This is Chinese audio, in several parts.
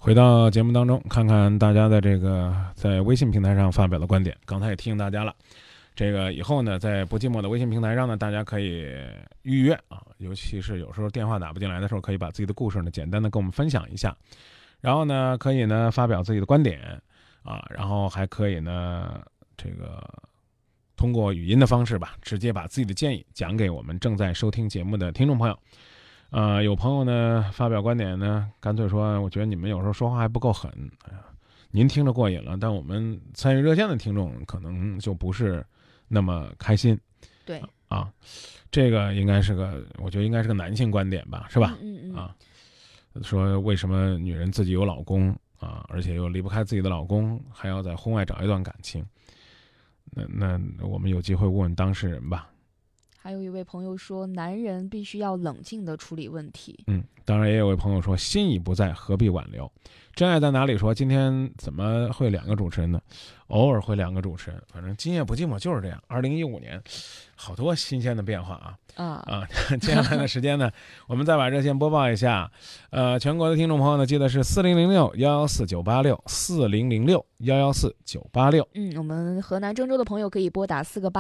回到节目当中，看看大家的这个在微信平台上发表的观点。刚才也提醒大家了，这个以后呢，在不寂寞的微信平台上呢，大家可以预约啊，尤其是有时候电话打不进来的时候，可以把自己的故事呢简单的跟我们分享一下，然后呢，可以呢发表自己的观点啊，然后还可以呢这个通过语音的方式吧，直接把自己的建议讲给我们正在收听节目的听众朋友。有朋友呢发表观点呢，干脆说，我觉得你们有时候说话还不够狠，您听着过瘾了，但我们参与热线的听众可能就不是那么开心。 对啊，这个应该是个，我觉得应该是个男性观点吧，是吧？啊，说为什么女人自己有老公啊，而且又离不开自己的老公，还要在婚外找一段感情？那我们有机会问问当事人吧。 还有一位朋友说，男人必须要冷静地处理问题。 当然也有位朋友说，心已不在，何必挽留？真爱在哪里说，今天怎么会两个主持人呢？偶尔会两个主持人，反正今夜不寂寞就是这样。2015年，好多新鲜的变化啊！接下来的时间呢，我们再把热线播报一下。全国的听众朋友呢，记得是4006-114-986，4006-114-986。 我们河南郑州的朋友可以拨打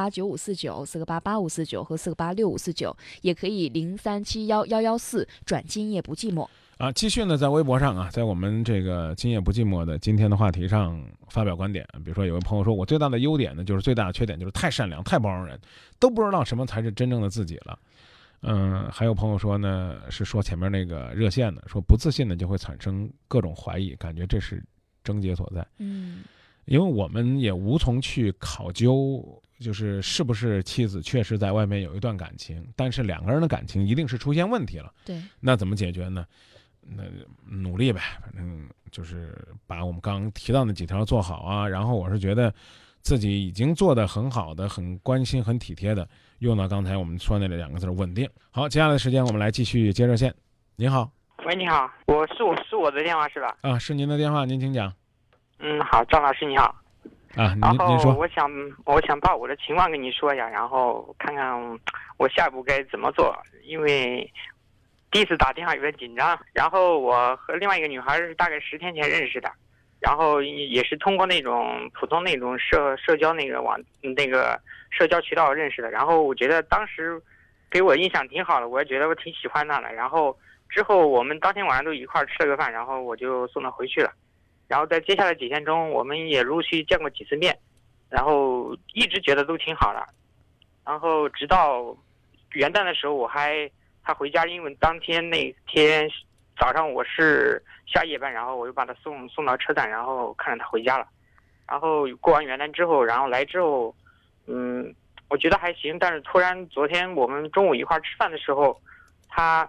4个89549、4个88549和4个86549，也可以0371-114转今夜不寂寞。 继续呢，在微博上在我们这个今夜不寂寞的今天的话题上发表观点。比如说，有位朋友说，我最大的优点呢，就是最大的缺点就是太善良、太包容人，都不知道什么才是真正的自己了。还有朋友说呢，是说前面那个热线的，说不自信呢就会产生各种怀疑，感觉这是症结所在。因为我们也无从去考究，就是是不是妻子确实在外面有一段感情，但是两个人的感情一定是出现问题了。 对， 那怎么解决呢？那努力呗，反正就是把我们刚刚提到那几条做好啊。然后我是觉得自己已经做得很好的、很关心、很体贴的，用到刚才我们说那两个字稳定。好，接下来的时间我们来继续接热线。您好。 喂，你好，是我的电话是吧？ 是您的电话，您请讲。 好，张老师你好。 您说。 我想把我的情况跟你说一下，然后看看我下一步该怎么做。因为第一次打电话有点紧张，然后我和另外一个女孩是大概10天前认识的，然后也是通过那种普通那种社交那个社交渠道认识的。然后我觉得当时给我印象挺好的，我也觉得我挺喜欢她的。然后之后我们当天晚上都一块吃了个饭，然后我就送她回去了。然后在接下来几天中，我们也陆续见过几次面，然后一直觉得都挺好的。然后直到元旦的时候，他回家，因为当天那天早上我是下夜班，然后我就把他送到车站，然后看着他回家了。然后过完元旦之后，然后来之后，我觉得还行。但是突然昨天我们中午一块吃饭的时候，他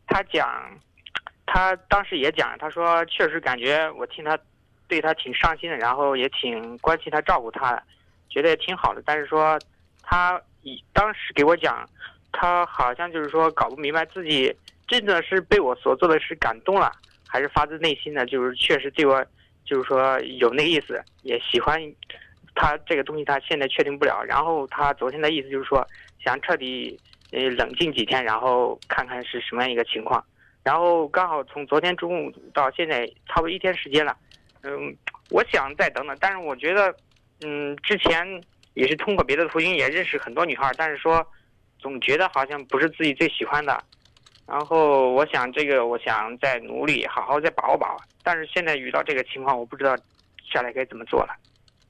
当时也讲，他说确实感觉我听他对他挺上心的，然后也挺关心他、照顾他，觉得也挺好的。但是说他当时给我讲，他好像就是说搞不明白自己真的是被我所做的事感动了，还是发自内心的就是确实对我就是说有那个意思，也喜欢他这个东西，他现在确定不了。然后他昨天的意思就是说想彻底冷静几天，然后看看是什么样一个情况。然后刚好从昨天中午到现在差不多1天时间了，我想再等等，但是我觉得之前也是通过别的途径也认识很多女孩，但是说总觉得好像不是自己最喜欢的。然后我想再努力好好再把握把握，但是现在遇到这个情况，我不知道下来该怎么做了。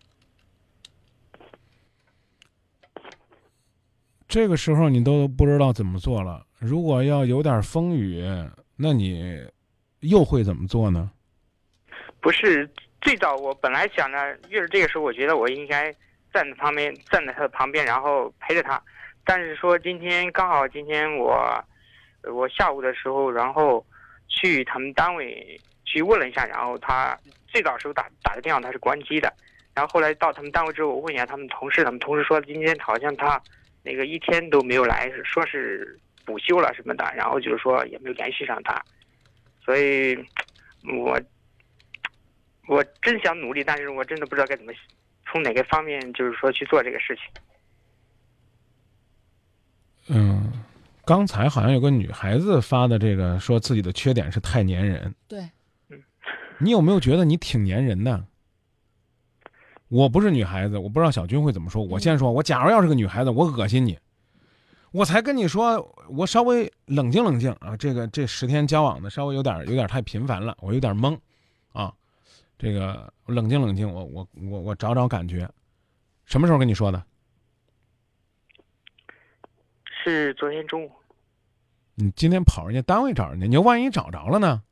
这个时候你都不知道怎么做了，如果要有点风雨，那你又会怎么做呢？ 不是，最早我本来想着越是这个时候，我觉得我应该站在他的旁边，然后陪着他。但是说刚好今天我下午的时候，然后去他们单位去问了一下，然后他最早时候打的电话他是关机的，然后后来到他们单位之后，我问一下他们同事说今天好像他那个1天都没有来，说是补休了什么的，然后就是说也没有联系上他。所以我真想努力，但是我真的不知道该怎么从哪个方面就是说去做这个事情。 刚才好像有个女孩子发的这个，说自己的缺点是太粘人。 对， 你有没有觉得你挺粘人的？我不是女孩子，我不知道小军会怎么说。我先说，我假如要是个女孩子，我恶心你，我才跟你说，我稍微冷静冷静啊。这10天交往的稍微有点太频繁了，我有点懵啊。这个冷静冷静，我找感觉。什么时候跟你说的？ 是昨天中午。 你今天跑人家单位找人家，你要万一找着了呢？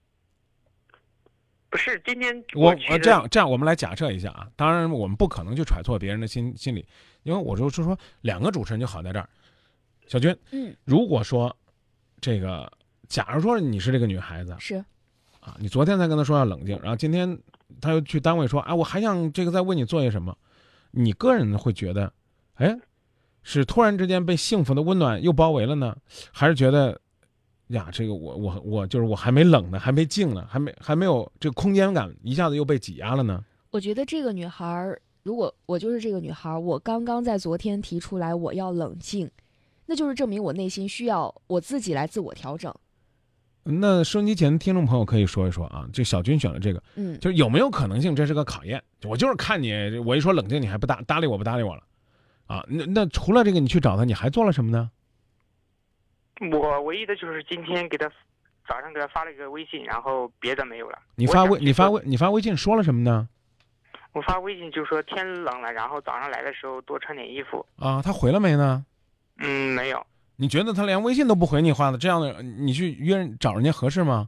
不是今天这样，我们来假设一下啊。当然，我们不可能去揣测别人的心理，因为我就是说，两个主持人就好在这儿。小军，如果说这个，假如说你是这个女孩子， 是啊，你昨天才跟他说要冷静，然后今天他又去单位说，我还想这个再为你做些什么，你个人会觉得，是突然之间被幸福的温暖又包围了呢，还是觉得？呀，这个我就是我还没冷呢，还没静呢，还没有这个空间感，一下子又被挤压了呢。 我觉得这个女孩，如果我就是这个女孩，我刚刚在昨天提出来我要冷静，那就是证明我内心需要我自己来自我调整。 那收音机前的听众朋友可以说一说啊，这小军选了这个，就是有没有可能性这是个考验？我就是看你，我一说冷静，你还不搭理我了，啊？那除了这个，你去找他，你还做了什么呢？ 我唯一的就是今天早上给他发了一个微信，然后别的没有了。 你发微信说了什么呢？ 我发微信就说天冷了，然后早上来的时候多穿点衣服。 啊，他回了没呢？ 没有。 你觉得他连微信都不回你话的，这样的你去找人家合适吗？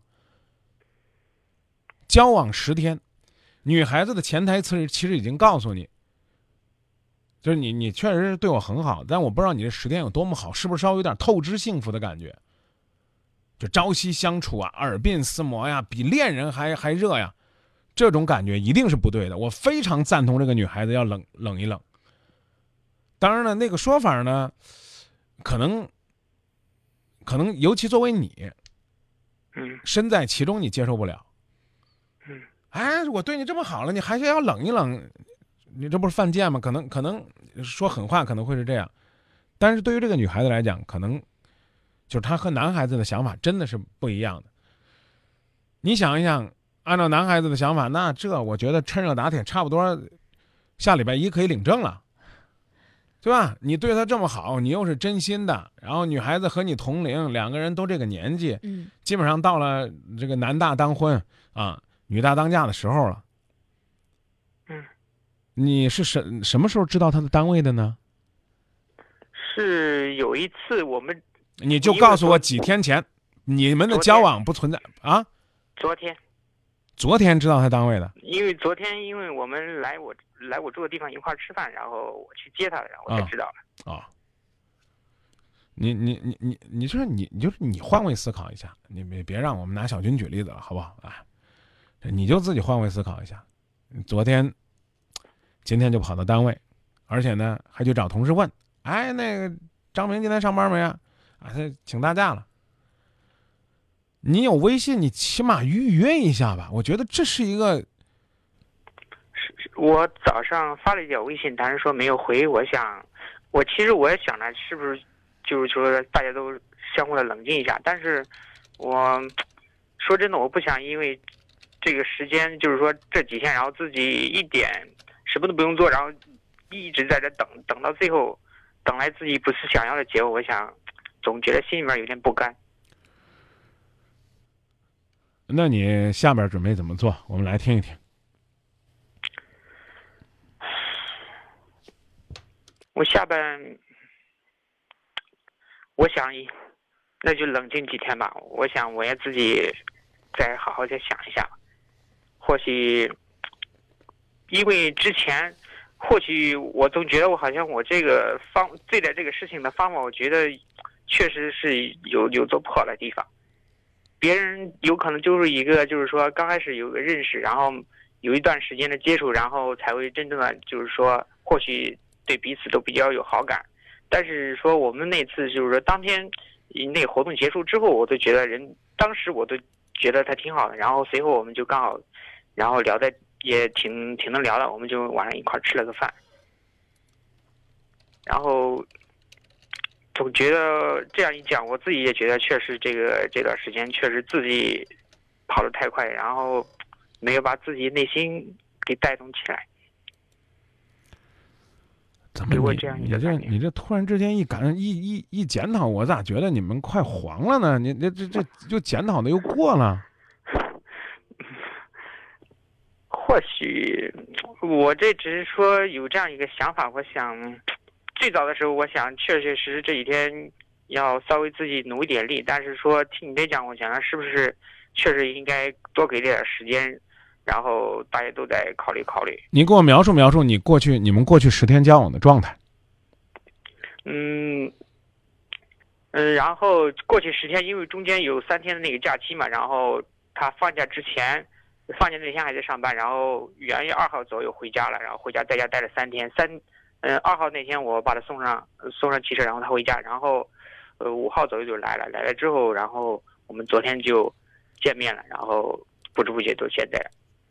交往10天，女孩子的潜台词其实已经告诉你。就是你确实是对我很好，但我不知道你这10天有多么好，是不是稍微有点透支幸福的感觉？就朝夕相处啊，耳鬓厮磨呀，比恋人还热呀，这种感觉一定是不对的。我非常赞同这个女孩子要冷一冷。当然了，那个说法呢，可能尤其作为你，身在其中你接受不了。我对你这么好了，你还是要冷一冷。你这不是犯贱吗？可能说狠话可能会是这样，但是对于这个女孩子来讲，可能就是她和男孩子的想法真的是不一样的。你想一想，按照男孩子的想法，那我觉得趁热打铁，差不多下礼拜1可以领证了，对吧？你对她这么好，你又是真心的，然后女孩子和你同龄，两个人都这个年纪，基本上到了这个男大当婚啊，女大当嫁的时候了。你是什么时候知道他的单位的呢？ 是有一次我们， 你就告诉我几天前，你们的交往不存在啊？ 昨天知道他单位的。 因为昨天我们来我住的地方一块吃饭，然后我去接他，然后我才知道了。 啊。你就是你换位思考一下，你别让我们拿小军举例子了，好不好？你就自己换位思考一下，今天就跑到单位，而且呢还去找同事问，那个张明今天上班没啊？他请大假了。你有微信，你起码预约一下吧。我觉得这是一个。 我早上发了一条微信，但是说没有回。其实我也想着是不是就是说大家都相互的冷静一下，但是我说真的，我不想因为这个时间，就是说这几天，然后自己一点什么都不用做，然后一直在这等到最后，等来自己不是想要的结果，我总觉得心里面有点不甘。 那你下边准备怎么做？我们来听一听。 我下边，我想那就冷静几天吧。我想我也自己再好好再想一下。或许因为之前，或许我总觉得我好像我这个对待这个事情的方法，我觉得确实是有做不好的地方。别人有可能就是一个，就是说刚开始有个认识，然后有一段时间的接触，然后才会真正的就是说，或许对彼此都比较有好感。但是说我们那次就是说当天那个活动结束之后，我都觉得当时我都觉得他挺好的，然后随后我们就刚好，然后聊的也挺能聊的，我们就晚上一块吃了个饭。然后总觉得这样一讲，我自己也觉得确实这段时间确实自己跑得太快，然后没有把自己内心给带动起来。 怎么给我这样一个感觉你这突然之间一检讨，我咋觉得你们快黄了呢？你这就检讨的又过了。 或许我这只是说有这样一个想法，我想最早的时候，我想确确实实这几天要稍微自己努一点力，但是说听你这讲，我想是不是确实应该多给点时间，然后大家都在考虑考虑。 你给我描述描述你们过去10天交往的状态。 然后过去10天，因为中间有3天的那个假期嘛，然后他放假之前，放假那天还在上班，然后元月2号左右回家了，然后回家在家待了3天。2号那天我把他送上汽车，然后他回家，然后5号左右就来了之后，然后我们昨天就见面了，然后不知不觉到现在。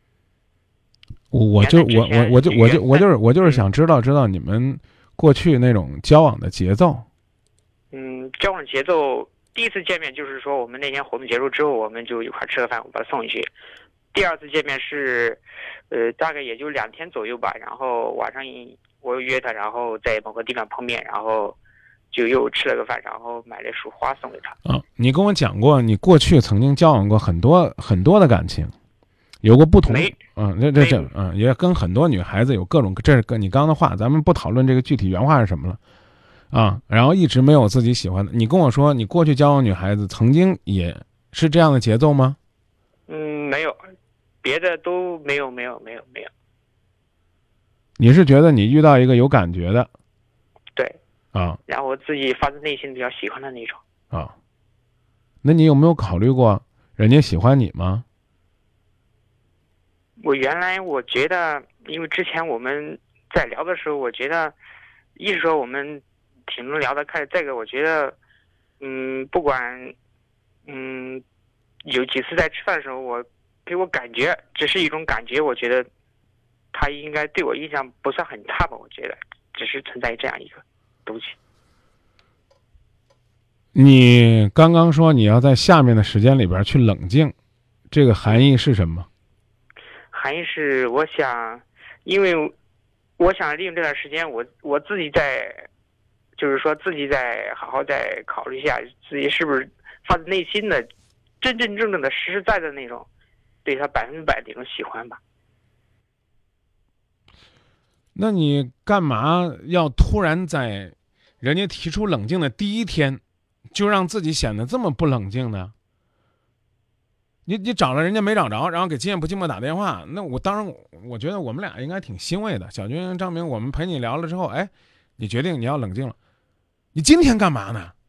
我就是想知道你们过去那种交往的节奏。 交往节奏，第一次见面就是说我们那天活动结束之后，我们就一块吃个饭，我把他送回去。第二次见面是，大概也就2天左右吧，然后晚上我又约他，然后在某个地方碰面，然后就又吃了个饭，然后买了束花送给他。 你跟我讲过，你过去曾经交往过很多很多的感情，有过不同，也跟很多女孩子有各种，这是跟你刚刚的话，咱们不讨论这个具体原话是什么了。然后一直没有自己喜欢的。你跟我说，你过去交往女孩子曾经也是这样的节奏吗？ 没有，别的都没有。 你是觉得你遇到一个有感觉的？ 对。然后我自己发自内心比较喜欢的那种。 那你有没有考虑过人家喜欢你吗？ 原来我觉得，因为之前我们在聊的时候，我觉得一是说我们挺能聊得开，再一个我觉得，不管，有几次在吃饭的时候，给我感觉只是一种感觉，我觉得他应该对我印象不算很差吧，我觉得只是存在这样一个东西。 你刚刚说你要在下面的时间里边去冷静，这个含义是什么？ 含义是因为我想利用这段时间，我自己就是说自己再好好再考虑一下，自己是不是发自内心的、真真正正的、实实在在的那种对他100%那种喜欢吧。 那你干嘛要突然在人家提出冷静的第一天，就让自己显得这么不冷静呢？你找了人家没找着，然后给今夜不寂寞打电话，那我觉得我们俩应该挺欣慰的。小军、张明，我们陪你聊了之后，你决定你要冷静了。你今天干嘛呢？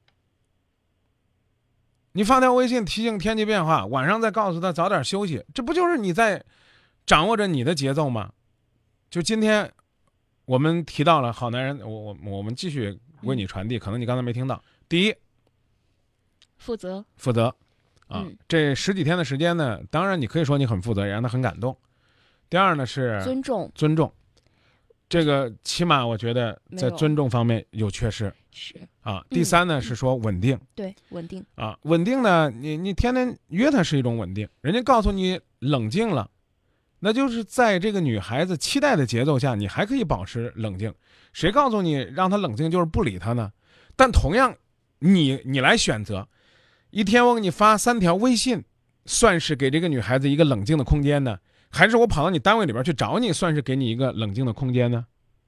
你发条微信提醒天气变化，晚上再告诉他早点休息，这不就是你在掌握着你的节奏吗？就今天我们提到了好男人，我们继续为你传递，可能你刚才没听到。第一， 负责这10几天的时间呢，当然你可以说你很负责，让他很感动。第二呢是尊重， 这个起码我觉得在尊重方面有缺失。 是第三呢是说稳定。 对，稳定稳定呢，你天天约他是一种稳定，人家告诉你冷静了，那就是在这个女孩子期待的节奏下，你还可以保持冷静。谁告诉你让他冷静就是不理他呢？但同样，你来选择，一天我给你发3条微信，算是给这个女孩子一个冷静的空间呢？还是我跑到你单位里边去找你，算是给你一个冷静的空间呢？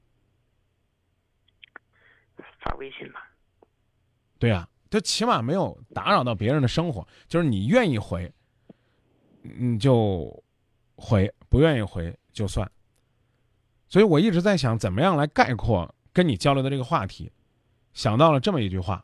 发微信吧。 对啊，这起码没有打扰到别人的生活，就是你愿意回，你就回，不愿意回就算。所以我一直在想，怎么样来概括跟你交流的这个话题，想到了这么一句话。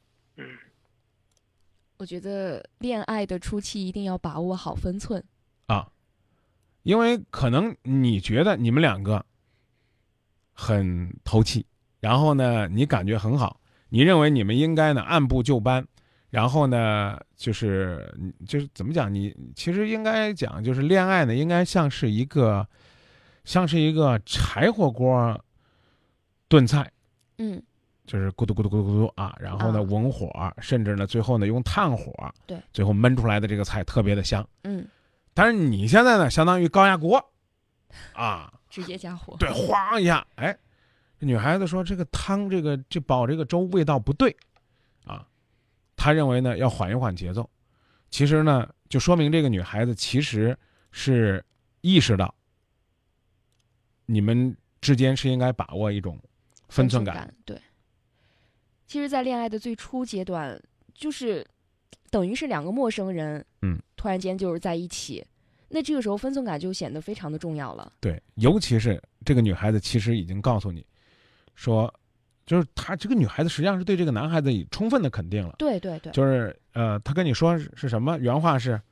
我觉得恋爱的初期一定要把握好分寸因为可能你觉得你们2个很投契，然后呢你感觉很好，你认为你们应该呢按部就班，然后呢就是怎么讲，你其实应该讲就是恋爱呢应该像是一个柴火锅炖菜，就是咕嘟咕嘟咕嘟咕嘟然后呢文火，甚至呢最后呢用炭火， 对， 最后焖出来的这个菜特别的香。 但是你现在呢，相当于高压锅，啊， 直接加火。 对，哗一下，哎，这女孩子说这个汤，这煲这个粥味道不对，啊，她认为呢要缓一缓节奏。其实呢，就说明这个女孩子其实是意识到，你们之间是应该把握一种分寸感。 对，其实，在恋爱的最初阶段，就是等于是两个陌生人，突然间就是在一起，那这个时候分寸感就显得非常的重要了。 对，尤其是这个女孩子其实已经告诉你，说，就是她这个女孩子实际上是对这个男孩子以充分的肯定了。 对对对， 就是她跟你说是什么？原话是，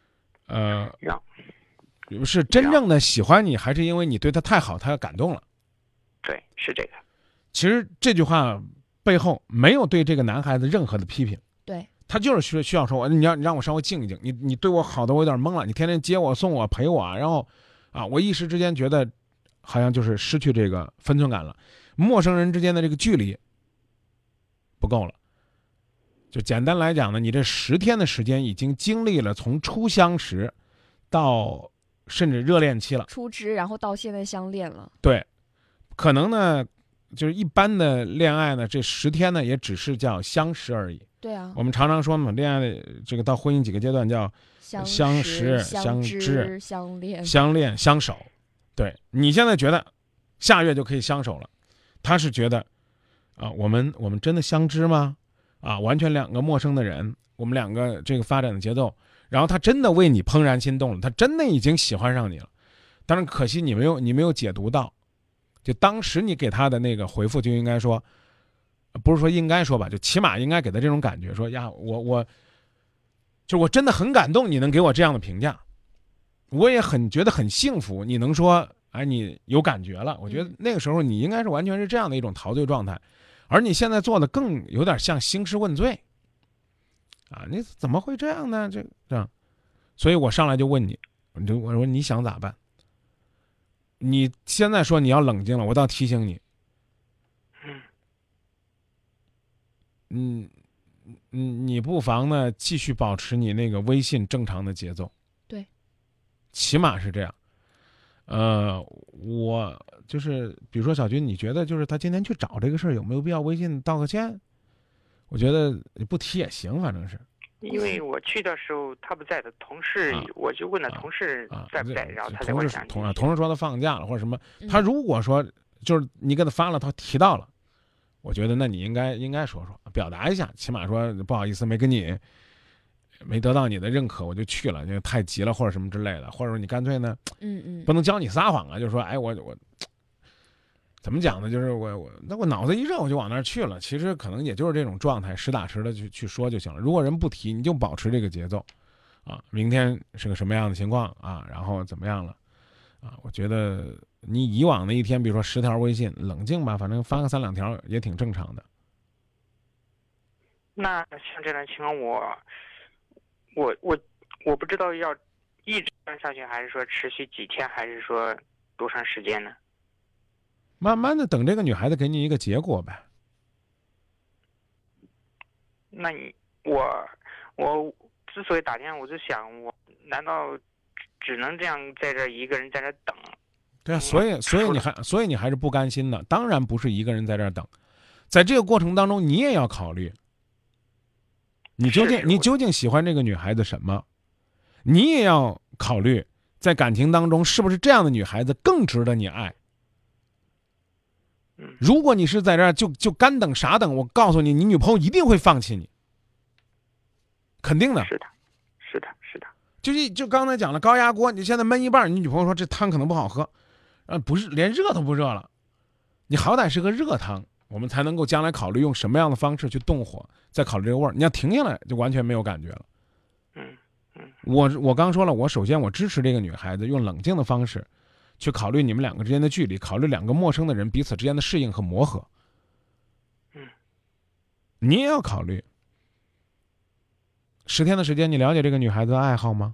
是真正的喜欢你，还是因为你对她太好，她感动了？ 对，是这个。 其实这句话背后没有对这个男孩子任何的批评。 对， 他就是需要说，你让我稍微静一静，你对我好的我有点懵了，你天天接我送我陪我，然后啊，我一时之间觉得好像就是失去这个分寸感了，陌生人之间的这个距离不够了。就简单来讲呢，你这10天的时间已经经历了从初相识到甚至热恋期了， 初知，然后到现在相恋了。 对，可能呢就是一般的恋爱呢，这10天呢也只是叫相识而已。 对啊， 我们常常说嘛，恋爱的这个到婚姻几个阶段叫相识、相知、 相恋、 相守。对，你现在觉得下月就可以相守了，他是觉得啊，我们真的相知吗？啊，完全两个陌生的人，我们两个这个发展的节奏，然后他真的为你怦然心动了，他真的已经喜欢上你了。当然可惜你没有解读到，就当时你给他的那个回复就应该说，不是说应该说吧，就起码应该给他这种感觉，说呀，我真的很感动，你能给我这样的评价，我也觉得很幸福，你能说哎你有感觉了，我觉得那个时候你应该是完全是这样的一种陶醉状态，而你现在做的更有点像兴师问罪啊，你怎么会这样呢？这样，所以我上来就问你，我说你想咋办？你现在说你要冷静了，我倒提醒你，你不妨呢继续保持你那个微信正常的节奏， 对， 起码是这样。我就是比如说小军，你觉得就是他今天去找这个事儿有没有必要微信道个歉？我觉得不提也行，反正是。 因为我去的时候他不在的，同事我就问了同事在不在，然后他才会讲。 同事说他放假了或者什么，他如果说就是你给他发了，他提到了，我觉得那你应该说表达一下，起码说不好意思没得到你的认可我就去了，就太急了或者什么之类的，或者说你干脆呢不能教你撒谎啊，就是说哎我怎么讲呢，就是我脑子一热我就往那儿去了，其实可能也就是这种状态，实打实的去说就行了。如果人不提，你就保持这个节奏啊，明天是个什么样的情况啊，然后怎么样了啊，我觉得你以往的一天比如说10条微信冷静吧，反正发个3、2条也挺正常的。 那像这种情况我不知道要一直干下去，还是说持续几天，还是说多长时间呢？ 慢慢的等这个女孩子给你一个结果呗。 那我之所以打电话，我就想，我难道只能这样在这一个人在这等？ 对啊，所以你还是不甘心的。当然不是一个人在这儿等，在这个过程当中，你也要考虑，你究竟喜欢这个女孩子什么？你也要考虑，在感情当中是不是这样的女孩子更值得你爱。如果你是在这儿就干等傻等，我告诉你，你女朋友一定会放弃你，肯定的。 是的。 就刚才讲了高压锅，你现在焖一半，你女朋友说这汤可能不好喝，不是连热都不热了，你好歹是个热汤，我们才能够将来考虑用什么样的方式去动火，再考虑这个味儿。你要停下来，就完全没有感觉了。我刚说了，首先我支持这个女孩子用冷静的方式去考虑你们两个之间的距离，考虑两个陌生的人彼此之间的适应和磨合。你也要考虑10天的时间，你了解这个女孩子的爱好吗？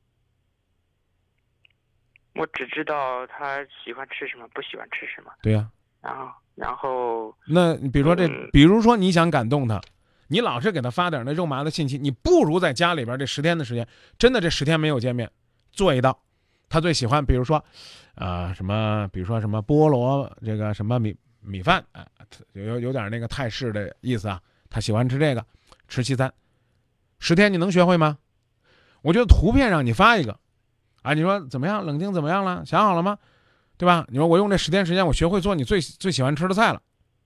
我只知道她喜欢吃什么，不喜欢吃什么。 对呀。 然后那比如说你想感动她，你老是给她发点那肉麻的信息，你不如在家里边这10天的时间，真的这10天没有见面， 做一道，他最喜欢，比如说，什么，比如说什么菠萝这个什么米饭，有点那个泰式的意思啊，他喜欢吃这个，吃西餐，10天你能学会吗？我觉得图片上你发一个，你说怎么样？冷静怎么样了？想好了吗？对吧？你说我用这10天时间，我学会做你最喜欢吃的菜了。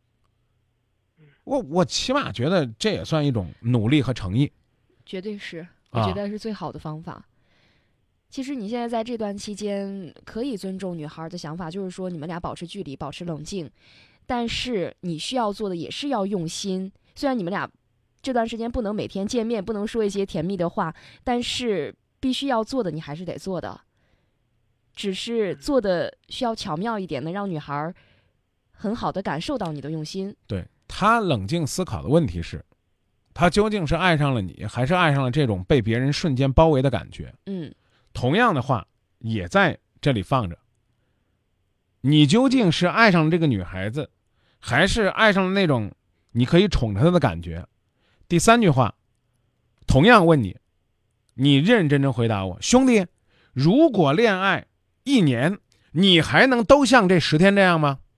我起码觉得这也算一种努力和诚意。 绝对是，我觉得是最好的方法。其实你现在在这段期间可以尊重女孩的想法，就是说你们俩保持距离，保持冷静，但是你需要做的也是要用心。虽然你们俩这段时间不能每天见面，不能说一些甜蜜的话，但是必须要做的你还是得做的，只是做的需要巧妙一点，能让女孩很好的感受到你的用心。 对，他冷静思考的问题是，他究竟是爱上了你，还是爱上了这种被别人瞬间包围的感觉？同样的话也在这里放着，你究竟是爱上了这个女孩子，还是爱上了那种你可以宠着她的感觉？第3句话同样问你，你认认真真回答我，兄弟，如果恋爱1年，你还能都像这10天这样吗？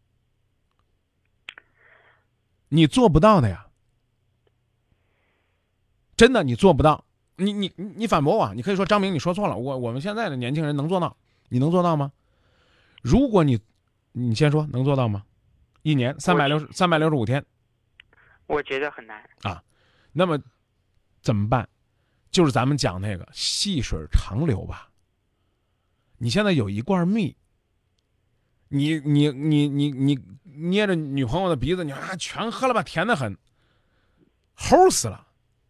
你做不到的呀，真的你做不到。你反驳我，你可以说张明你说错了，我们现在的年轻人能做到，你能做到吗？如果你先说能做到吗？1年365天， 我觉得很难啊。那么怎么办？就是咱们讲那个细水长流吧。你现在有一罐蜜，你捏着女朋友的鼻子，你全喝了吧，甜得很，齁死了。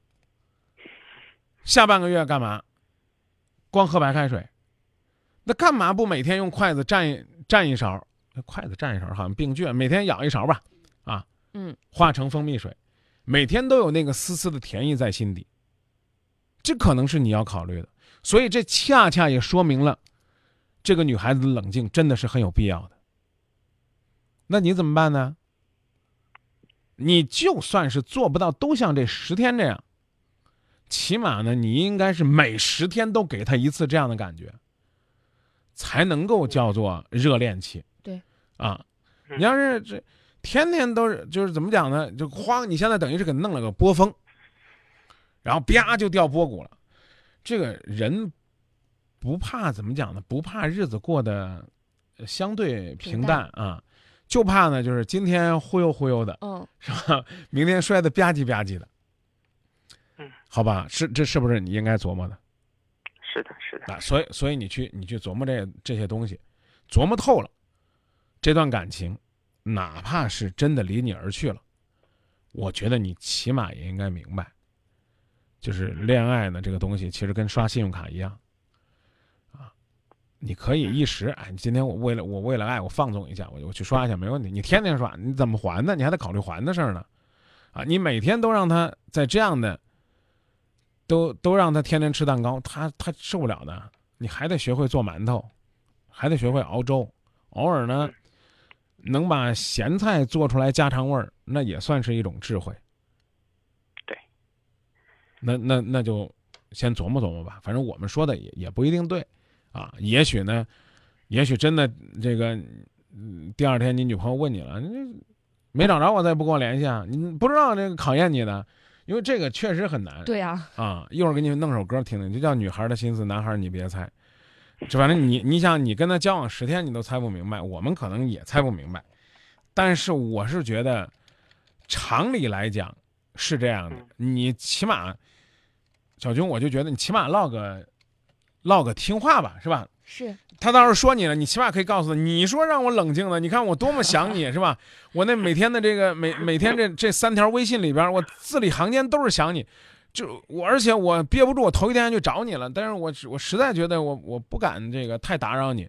下半个月干嘛？光喝白开水，那干嘛不每天用筷子蘸一勺？筷子蘸一勺好像病句，每天舀一勺吧，化成蜂蜜水，每天都有那个丝丝的甜意在心底。这可能是你要考虑的，所以这恰恰也说明了，这个女孩子的冷静真的是很有必要的。那你怎么办呢？你就算是做不到都像这10天这样，起码呢，你应该是每10天都给他一次这样的感觉，才能够叫做热恋期。 对， 你要是这天天都是，就是怎么讲呢？就慌，你现在等于是给弄了个波峰，然后啪就掉波谷了。这个人不怕怎么讲呢？不怕日子过得相对平淡啊，就怕呢就是今天忽悠忽悠的，是吧？明天摔得吧唧吧唧的。好吧，这是不是你应该琢磨的？ 是的，是的。 所以你去琢磨这些东西，琢磨透了，这段感情，哪怕是真的离你而去了，我觉得你起码也应该明白，就是恋爱呢这个东西，其实跟刷信用卡一样，你可以一时，今天我为了爱我放纵一下，我去刷一下没问题。你天天刷，你怎么还呢？你还得考虑还的事儿呢，你每天都让他在这样的。都让他天天吃蛋糕，他受不了的。你还得学会做馒头，还得学会熬粥，偶尔呢，能把咸菜做出来家常味儿，那也算是一种智慧。 对， 那就先琢磨琢磨吧。反正我们说的也不一定对，也许呢，也许真的这个，第2天你女朋友问你了，你没找着我，再不跟我联系啊？你不知道这个考验你的。因为这个确实很难。 对呀。 一会儿给你们弄首歌听听，就叫《女孩的心思，男孩你别猜》。反正你想，你跟他交往10天，你都猜不明白，我们可能也猜不明白。但是我是觉得，常理来讲是这样的。你起码，小军，我就觉得你起码唠个听话吧，是吧？ 是。 他倒是说你了，你起码可以告诉他，你说让我冷静的，你看我多么想你，是吧？我那每天的这个每天这3条微信里边，我字里行间都是想你，而且我憋不住，我头一天就找你了，但是我实在觉得我不敢这个太打扰你，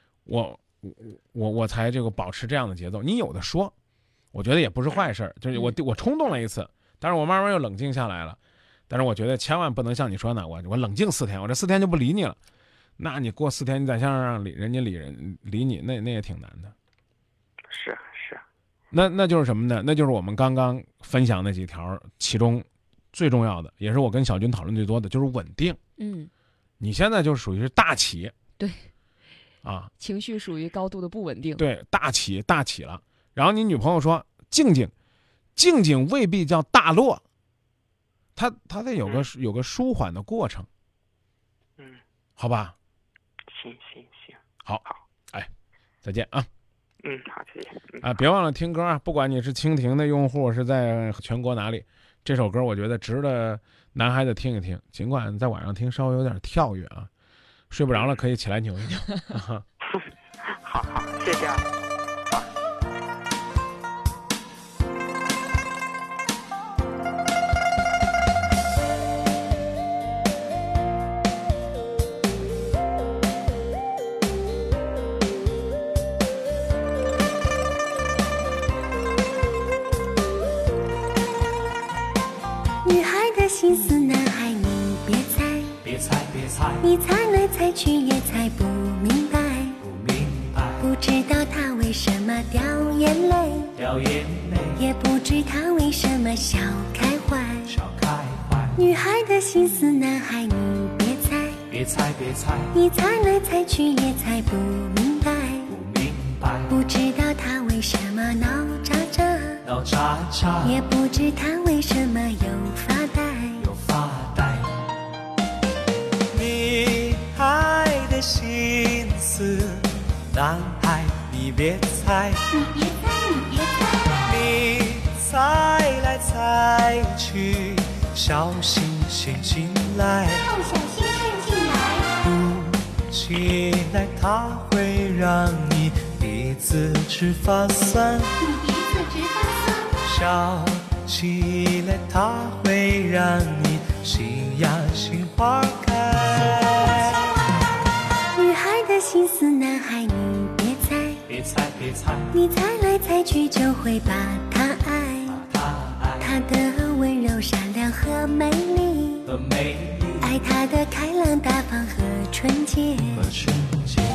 我才这个保持这样的节奏。你有的说，我觉得也不是坏事，就是我冲动了一次，但是我慢慢又冷静下来了。但是我觉得千万不能像你说的，我冷静4天，我这4天就不理你了。那你过4天，你再想让人家理你，那也挺难的。 是。 那就是什么呢？那就是我们刚刚分享那几条，其中最重要的，也是我跟小军讨论最多的，就是稳定。 你现在就属于是大起， 对， 啊， 情绪属于高度的不稳定。 对，大起了。然后你女朋友说静静未必叫大落，它得有个舒缓的过程，好吧？ 行， 好，哎，再见啊。 好，谢谢。 啊，别忘了听歌啊！不管你是蜻蜓的用户，是在全国哪里，这首歌我觉得值得男孩子听一听。尽管在晚上听稍微有点跳跃啊，睡不着了可以起来扭一扭。 好，谢谢啊。 女孩的心思，男孩你别猜，你猜来猜去也猜不明白，不知道他为什么掉眼泪，也不知他为什么笑开怀。女孩的心思，男孩你别猜，你猜来猜去也猜不明白，不知道他为什么闹喳喳，也不知他为什么又发呆。 女孩的心思，男孩你别猜，你猜来猜去，小心陷进来，不起来它会让你鼻子直发酸，笑起来它会让你心呀心花开。 女孩的心思，男孩你别猜，你猜来猜去就会把他爱，他的温柔善良和美丽，爱他的开朗大方和纯洁。